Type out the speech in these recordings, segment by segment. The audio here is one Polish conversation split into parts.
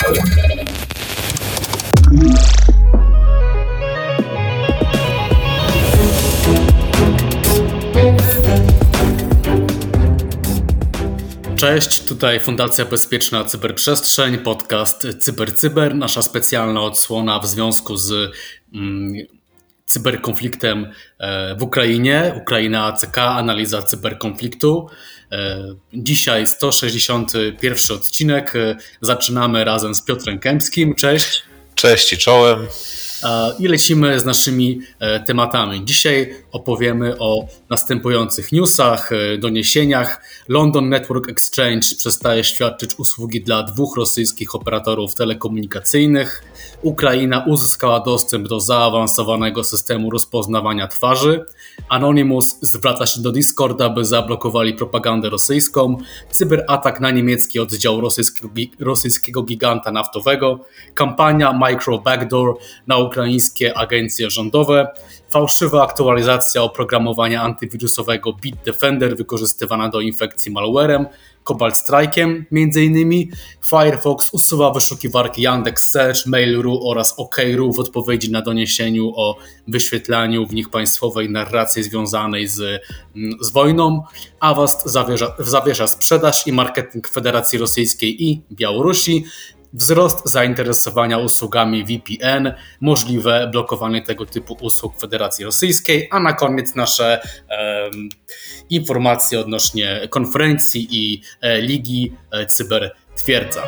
Cześć, tutaj Fundacja Bezpieczna Cyberprzestrzeń, podcast CyberCyber, nasza specjalna odsłona w związku z cyberkonfliktem w Ukrainie, Ukraina ACK, analiza cyberkonfliktu. Dzisiaj 161 odcinek, zaczynamy razem z Piotrem Kępskim, cześć. Cześć i czołem. I lecimy z naszymi tematami. Dzisiaj opowiemy o następujących newsach, doniesieniach. London Network Exchange przestaje świadczyć usługi dla 2 rosyjskich operatorów telekomunikacyjnych. Ukraina uzyskała dostęp do zaawansowanego systemu rozpoznawania twarzy. Anonymous zwraca się do Discorda, by zablokowali propagandę rosyjską. Cyberatak na niemiecki oddział rosyjskiego giganta naftowego. Kampania Micro Backdoor na ukraińskie agencje rządowe. Fałszywa aktualizacja oprogramowania antywirusowego Bitdefender wykorzystywana do infekcji malwarem, Cobalt Strike'em m.in. Firefox usuwa wyszukiwarki Yandex.Search, Mail.ru oraz OK.ru w odpowiedzi na doniesieniu o wyświetlaniu w nich państwowej narracji związanej z wojną. Avast zawiesza sprzedaż i marketing Federacji Rosyjskiej i Białorusi. Wzrost zainteresowania usługami VPN, możliwe blokowanie tego typu usług w Federacji Rosyjskiej, a na koniec nasze informacje odnośnie konferencji i Ligi Cybertwierdza.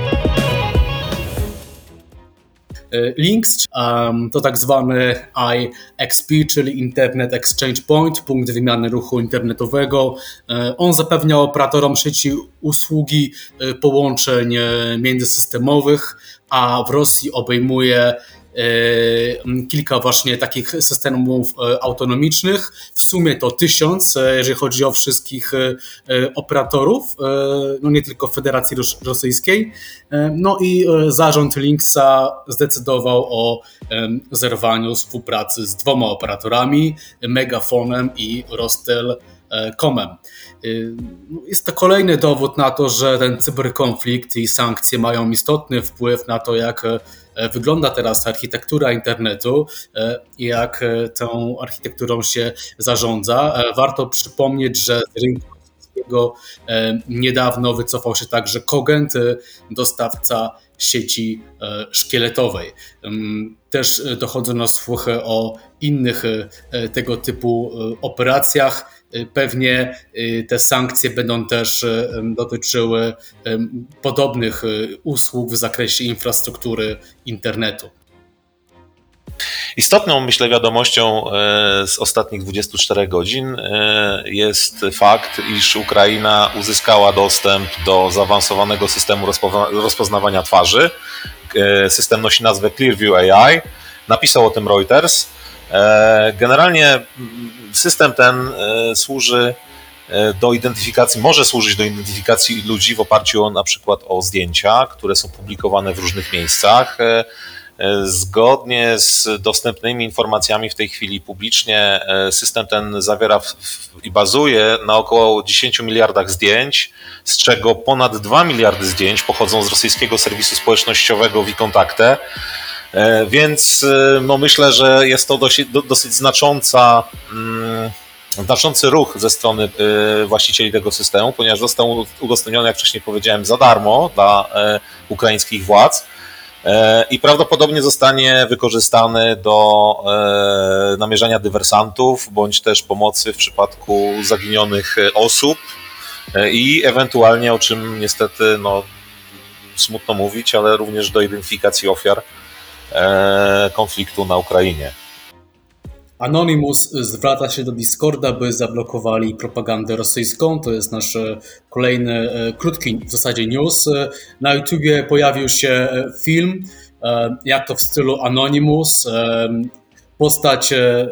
Links to tak zwany IXP, czyli Internet Exchange Point, punkt wymiany ruchu internetowego. On zapewnia operatorom sieci usługi połączeń międzysystemowych, a w Rosji obejmuje kilka właśnie takich systemów autonomicznych. W sumie to 1000, jeżeli chodzi o wszystkich operatorów, no nie tylko Federacji Rosyjskiej. No i zarząd Linksa zdecydował o zerwaniu współpracy z 2 operatorami, Megafonem i Rostelcomem. Jest to kolejny dowód na to, że ten cyberkonflikt i sankcje mają istotny wpływ na to, jak wygląda teraz architektura internetu i jak tą architekturą się zarządza. Warto przypomnieć, że z rynku rosyjskiego niedawno wycofał się także Cogent, dostawca sieci szkieletowej. Też dochodzą nas słuchy o innych tego typu operacjach. Pewnie te sankcje będą też dotyczyły podobnych usług w zakresie infrastruktury internetu. Istotną, myślę, wiadomością z ostatnich 24 godzin jest fakt, iż Ukraina uzyskała dostęp do zaawansowanego systemu rozpoznawania twarzy. System nosi nazwę Clearview AI. Napisał o tym Reuters. Generalnie system ten może służyć do identyfikacji ludzi w oparciu na przykład o zdjęcia, które są publikowane w różnych miejscach. Zgodnie z dostępnymi informacjami w tej chwili publicznie system ten zawiera i bazuje na około 10 miliardach zdjęć, z czego ponad 2 miliardy zdjęć pochodzą z rosyjskiego serwisu społecznościowego Vkontakte. Więc no myślę, że jest to dosyć znaczący ruch ze strony właścicieli tego systemu, ponieważ został udostępniony, jak wcześniej powiedziałem, za darmo dla ukraińskich władz i prawdopodobnie zostanie wykorzystany do namierzania dywersantów bądź też pomocy w przypadku zaginionych osób i ewentualnie, o czym niestety smutno mówić, ale również do identyfikacji ofiar konfliktu na Ukrainie. Anonymous zwraca się do Discorda, by zablokowali propagandę rosyjską. To jest nasz kolejny, krótki w zasadzie news. Na YouTubie pojawił się film, jak to w stylu Anonymous, postać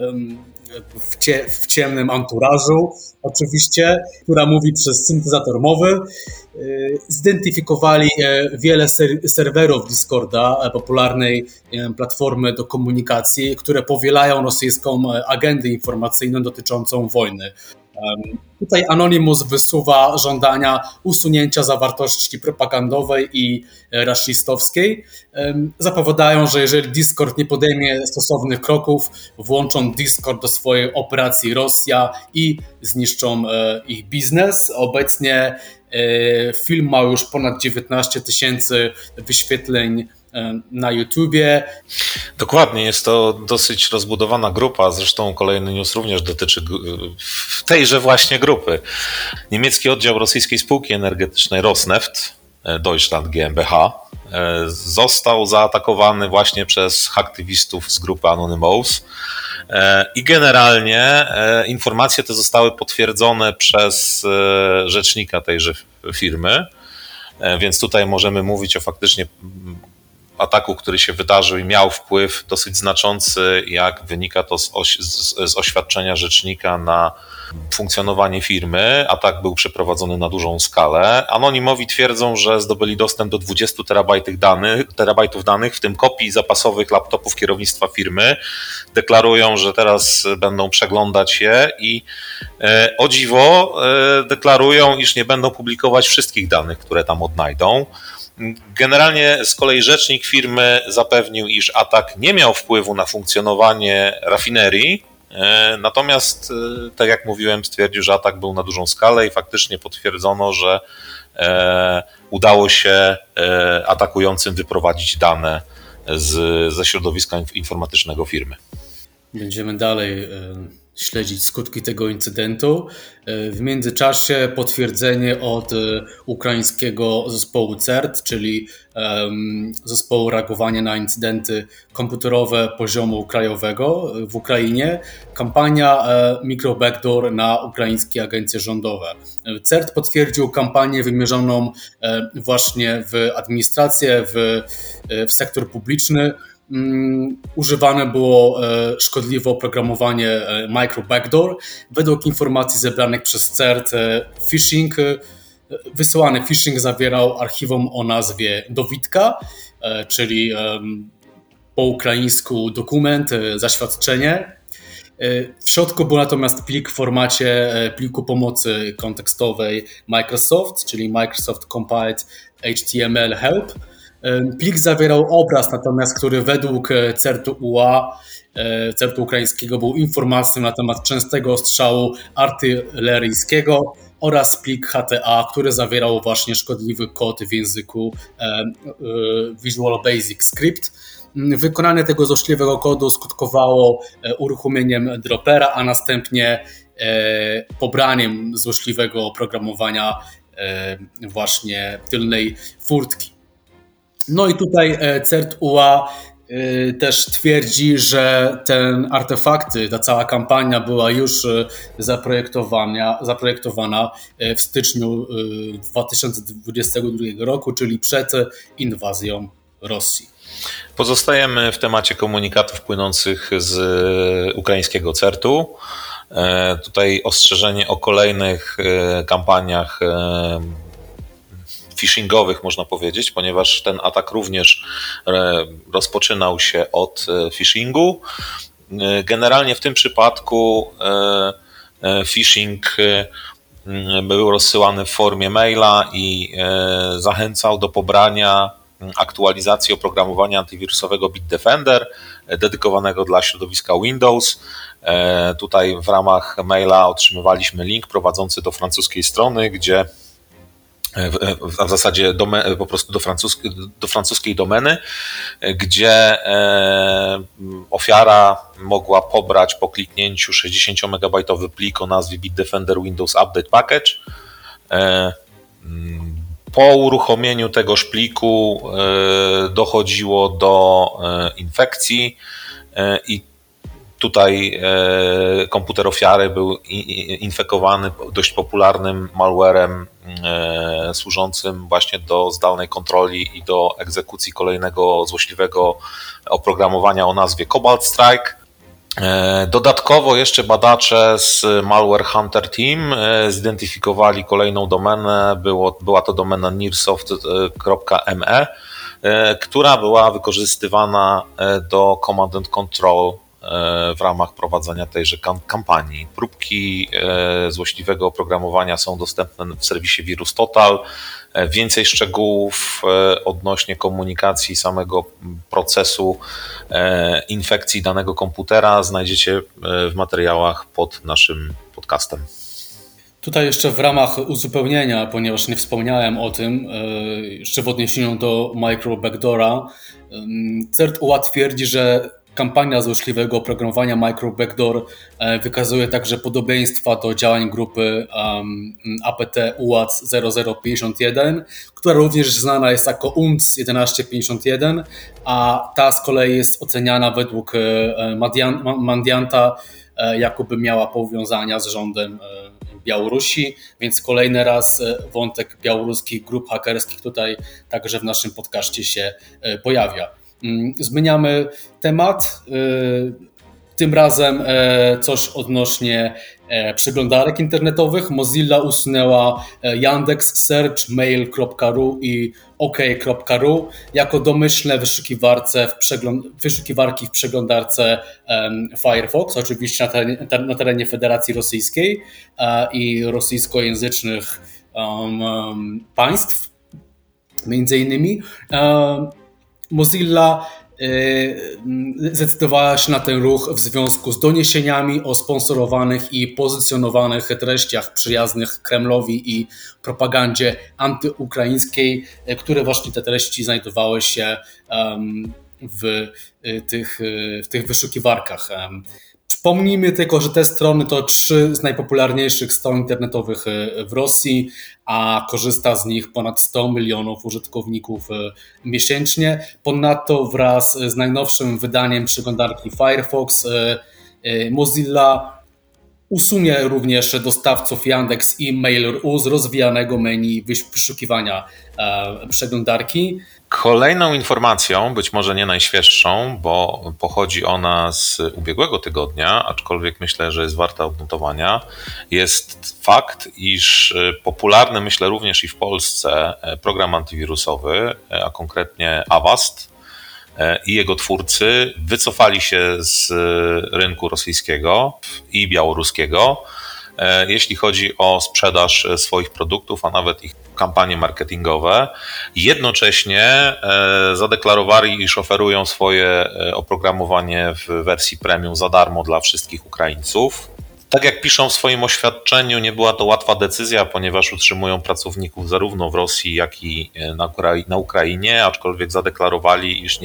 w ciemnym anturażu, oczywiście, która mówi przez syntezator mowy. Zidentyfikowali wiele serwerów Discorda, popularnej platformy do komunikacji, które powielają rosyjską agendę informacyjną dotyczącą wojny. Tutaj Anonymous wysuwa żądania usunięcia zawartości propagandowej i rasistowskiej. Zapowiadają, że jeżeli Discord nie podejmie stosownych kroków, włączą Discord do swojej operacji Rosja i zniszczą ich biznes. Obecnie film ma już ponad 19 000 wyświetleń na YouTubie. Dokładnie, jest to dosyć rozbudowana grupa, zresztą kolejny news również dotyczy tejże właśnie grupy. Niemiecki oddział rosyjskiej spółki energetycznej Rosneft, Deutschland GmbH, został zaatakowany właśnie przez aktywistów z grupy Anonymous i generalnie informacje te zostały potwierdzone przez rzecznika tejże firmy, więc tutaj możemy mówić o faktycznie ataku, który się wydarzył i miał wpływ dosyć znaczący, jak wynika to z oświadczenia rzecznika, na funkcjonowanie firmy. Atak był przeprowadzony na dużą skalę. Anonimowi twierdzą, że zdobyli dostęp do 20 terabajtów danych, w tym kopii zapasowych laptopów kierownictwa firmy. Deklarują, że teraz będą przeglądać je i o dziwo deklarują, iż nie będą publikować wszystkich danych, które tam odnajdą. Generalnie z kolei rzecznik firmy zapewnił, iż atak nie miał wpływu na funkcjonowanie rafinerii, natomiast, tak jak mówiłem, stwierdził, że atak był na dużą skalę i faktycznie potwierdzono, że udało się atakującym wyprowadzić dane ze środowiska informatycznego firmy. Będziemy dalej śledzić skutki tego incydentu. W międzyczasie potwierdzenie od ukraińskiego zespołu CERT, czyli zespołu reagowania na incydenty komputerowe poziomu krajowego w Ukrainie, kampania Microbackdoor na ukraińskie agencje rządowe. CERT potwierdził kampanię wymierzoną właśnie w administrację, w sektor publiczny. Używane było szkodliwe oprogramowanie Microbackdoor. Według informacji zebranych przez CERT wysyłany phishing zawierał archiwum o nazwie Dowidka, czyli po ukraińsku dokument, zaświadczenie. W środku był natomiast plik w formacie pliku pomocy kontekstowej Microsoft, czyli Microsoft Compiled HTML Help. Plik zawierał obraz natomiast, który według CERT-u UA, CERT-u ukraińskiego, był informacją na temat częstego ostrzału artyleryjskiego, oraz plik HTA, który zawierał właśnie szkodliwy kod w języku Visual Basic Script. Wykonanie tego złośliwego kodu skutkowało uruchomieniem dropera, a następnie pobraniem złośliwego oprogramowania właśnie tylnej furtki. No i tutaj CERT UA też twierdzi, że te artefakty, ta cała kampania była już zaprojektowana w styczniu 2022 roku, czyli przed inwazją Rosji. Pozostajemy w temacie komunikatów płynących z ukraińskiego CERT-u. Tutaj ostrzeżenie o kolejnych kampaniach phishingowych, można powiedzieć, ponieważ ten atak również rozpoczynał się od phishingu. Generalnie w tym przypadku phishing był rozsyłany w formie maila i zachęcał do pobrania aktualizacji oprogramowania antywirusowego Bitdefender dedykowanego dla środowiska Windows. Tutaj w ramach maila otrzymywaliśmy link prowadzący do francuskiej strony, gdzie w zasadzie po prostu do francuskiej domeny, gdzie ofiara mogła pobrać po kliknięciu 60-megabajtowy plik o nazwie Bitdefender Windows Update Package. Po uruchomieniu tegoż pliku dochodziło do infekcji i tutaj komputer ofiary był infekowany dość popularnym malwarem służącym właśnie do zdalnej kontroli i do egzekucji kolejnego złośliwego oprogramowania o nazwie Cobalt Strike. Dodatkowo jeszcze badacze z Malware Hunter Team zidentyfikowali kolejną domenę, była to domena nearsoft.me, która była wykorzystywana do command and control w ramach prowadzenia tejże kampanii. Próbki złośliwego oprogramowania są dostępne w serwisie Virus Total. Więcej szczegółów odnośnie komunikacji samego procesu infekcji danego komputera znajdziecie w materiałach pod naszym podcastem. Tutaj jeszcze w ramach uzupełnienia, ponieważ nie wspomniałem o tym, jeszcze w odniesieniu do Micro Backdoora, CERT UA twierdzi, że kampania złośliwego oprogramowania Micro Backdoor wykazuje także podobieństwa do działań grupy APT UAC 0051, która również znana jest jako UNC 1151, a ta z kolei jest oceniana według Mandianta, jakoby miała powiązania z rządem Białorusi, więc kolejny raz wątek białoruskich grup hakerskich tutaj także w naszym podcaście się pojawia. Zmieniamy temat, tym razem coś odnośnie przeglądarek internetowych. Mozilla usunęła Yandex Search, Mail.ru i OK.ru jako domyślne wyszukiwarki w przeglądarce Firefox, oczywiście na terenie Federacji Rosyjskiej i rosyjskojęzycznych państw. Między innymi Mozilla zdecydowała się na ten ruch w związku z doniesieniami o sponsorowanych i pozycjonowanych treściach przyjaznych Kremlowi i propagandzie antyukraińskiej, które właśnie te treści znajdowały się w tych wyszukiwarkach. Przypomnijmy tylko, że te strony to 3 z najpopularniejszych stron internetowych w Rosji, a korzysta z nich ponad 100 milionów użytkowników miesięcznie. Ponadto wraz z najnowszym wydaniem przeglądarki Firefox Mozilla usunie również dostawców Yandex i Mail.ru z rozwijanego menu wyszukiwania przeglądarki. Kolejną informacją, być może nie najświeższą, bo pochodzi ona z ubiegłego tygodnia, aczkolwiek myślę, że jest warta odnotowania, jest fakt, iż popularny, myślę również i w Polsce, program antywirusowy, a konkretnie Avast i jego twórcy wycofali się z rynku rosyjskiego i białoruskiego, jeśli chodzi o sprzedaż swoich produktów, a nawet ich kampanie marketingowe. Jednocześnie zadeklarowali, iż oferują swoje oprogramowanie w wersji premium za darmo dla wszystkich Ukraińców. Tak jak piszą w swoim oświadczeniu, nie była to łatwa decyzja, ponieważ utrzymują pracowników zarówno w Rosji, jak i na Ukrainie, aczkolwiek zadeklarowali, iż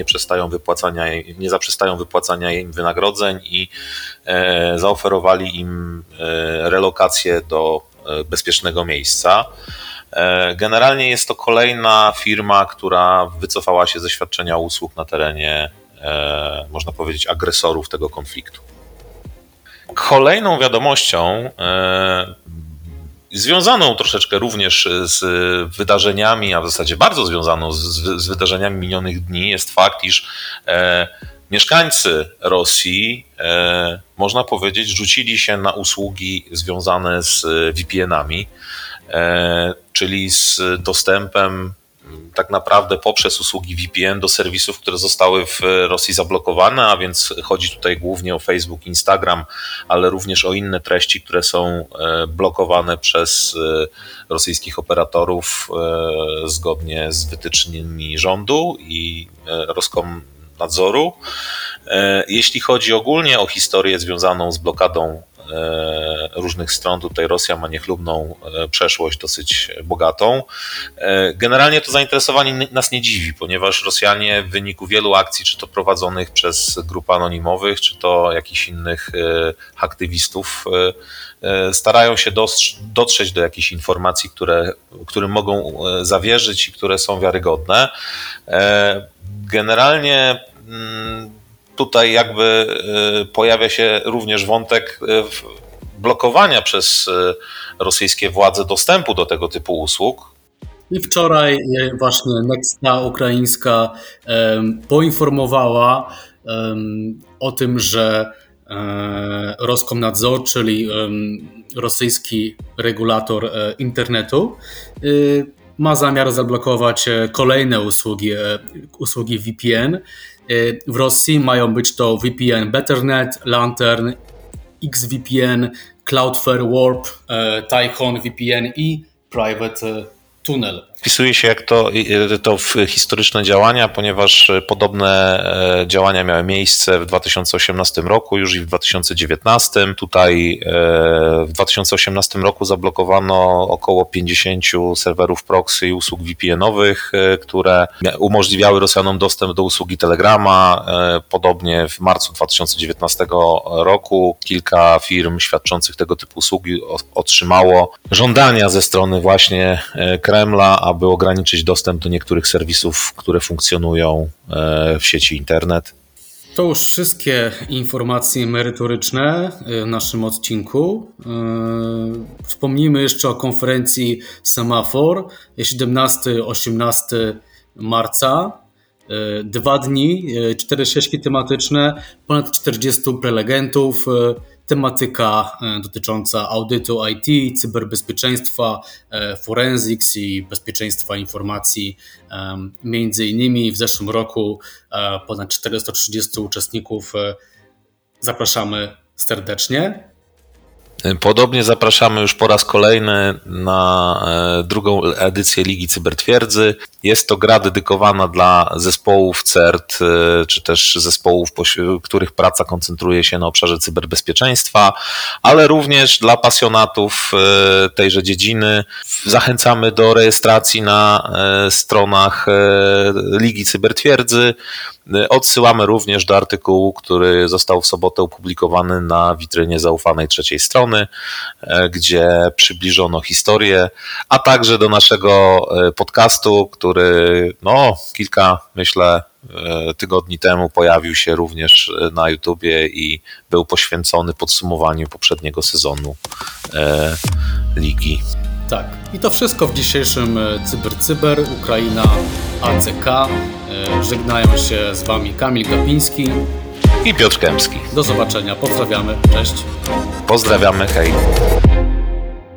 nie zaprzestają wypłacania im wynagrodzeń i zaoferowali im relokację do bezpiecznego miejsca. Generalnie jest to kolejna firma, która wycofała się ze świadczenia usług na terenie, można powiedzieć, agresorów tego konfliktu. Kolejną wiadomością, związaną troszeczkę również z wydarzeniami, a w zasadzie bardzo związaną z wydarzeniami minionych dni, jest fakt, iż mieszkańcy Rosji, można powiedzieć, rzucili się na usługi związane z VPN-ami, czyli z dostępem tak naprawdę poprzez usługi VPN do serwisów, które zostały w Rosji zablokowane, a więc chodzi tutaj głównie o Facebook, Instagram, ale również o inne treści, które są blokowane przez rosyjskich operatorów zgodnie z wytycznymi rządu i Roskomnadzoru. Jeśli chodzi ogólnie o historię związaną z blokadą różnych stron, tutaj Rosja ma niechlubną przeszłość, dosyć bogatą. Generalnie to zainteresowanie nas nie dziwi, ponieważ Rosjanie w wyniku wielu akcji, czy to prowadzonych przez grupy anonimowych, czy to jakichś innych aktywistów, starają się dotrzeć do jakichś informacji, którym mogą zawierzyć i które są wiarygodne. Generalnie tutaj jakby pojawia się również wątek blokowania przez rosyjskie władze dostępu do tego typu usług. I wczoraj właśnie Nexta ukraińska poinformowała o tym, że Roskomnadzor, czyli rosyjski regulator internetu, ma zamiar zablokować kolejne usługi VPN. W Rosji mają być to VPN Betternet, Lantern, XVPN, Cloudflare Warp, Tycoon VPN i Private Tunnel. Wpisuje się jak to w historyczne działania, ponieważ podobne działania miały miejsce w 2018 roku, już i w 2019. Tutaj w 2018 roku zablokowano około 50 serwerów proxy i usług VPN-owych, które umożliwiały Rosjanom dostęp do usługi Telegrama. Podobnie w marcu 2019 roku kilka firm świadczących tego typu usługi otrzymało żądania ze strony właśnie Kremla, aby ograniczyć dostęp do niektórych serwisów, które funkcjonują w sieci internet. To już wszystkie informacje merytoryczne w naszym odcinku. Wspomnijmy jeszcze o konferencji Semafor 17-18 marca. 2 dni, 4 ścieżki tematyczne, ponad 40 prelegentów, tematyka dotycząca audytu IT, cyberbezpieczeństwa, forensics i bezpieczeństwa informacji. Między innymi w zeszłym roku ponad 430 uczestników. Zapraszamy serdecznie. Podobnie zapraszamy już po raz kolejny na drugą edycję Ligi Cybertwierdzy. Jest to gra dedykowana dla zespołów CERT, czy też zespołów, których praca koncentruje się na obszarze cyberbezpieczeństwa, ale również dla pasjonatów tejże dziedziny. Zachęcamy do rejestracji na stronach Ligi Cybertwierdzy. Odsyłamy również do artykułu, który został w sobotę opublikowany na witrynie zaufanej trzeciej strony, gdzie przybliżono historię, a także do naszego podcastu, który kilka, myślę, tygodni temu pojawił się również na YouTubie i był poświęcony podsumowaniu poprzedniego sezonu ligi. Tak, i to wszystko w dzisiejszym Cyber Ukraina ACK. Żegnają się z Wami Kamil Gapiński i Piotr Kępski. Do zobaczenia, pozdrawiamy, cześć. Pozdrawiamy, hej.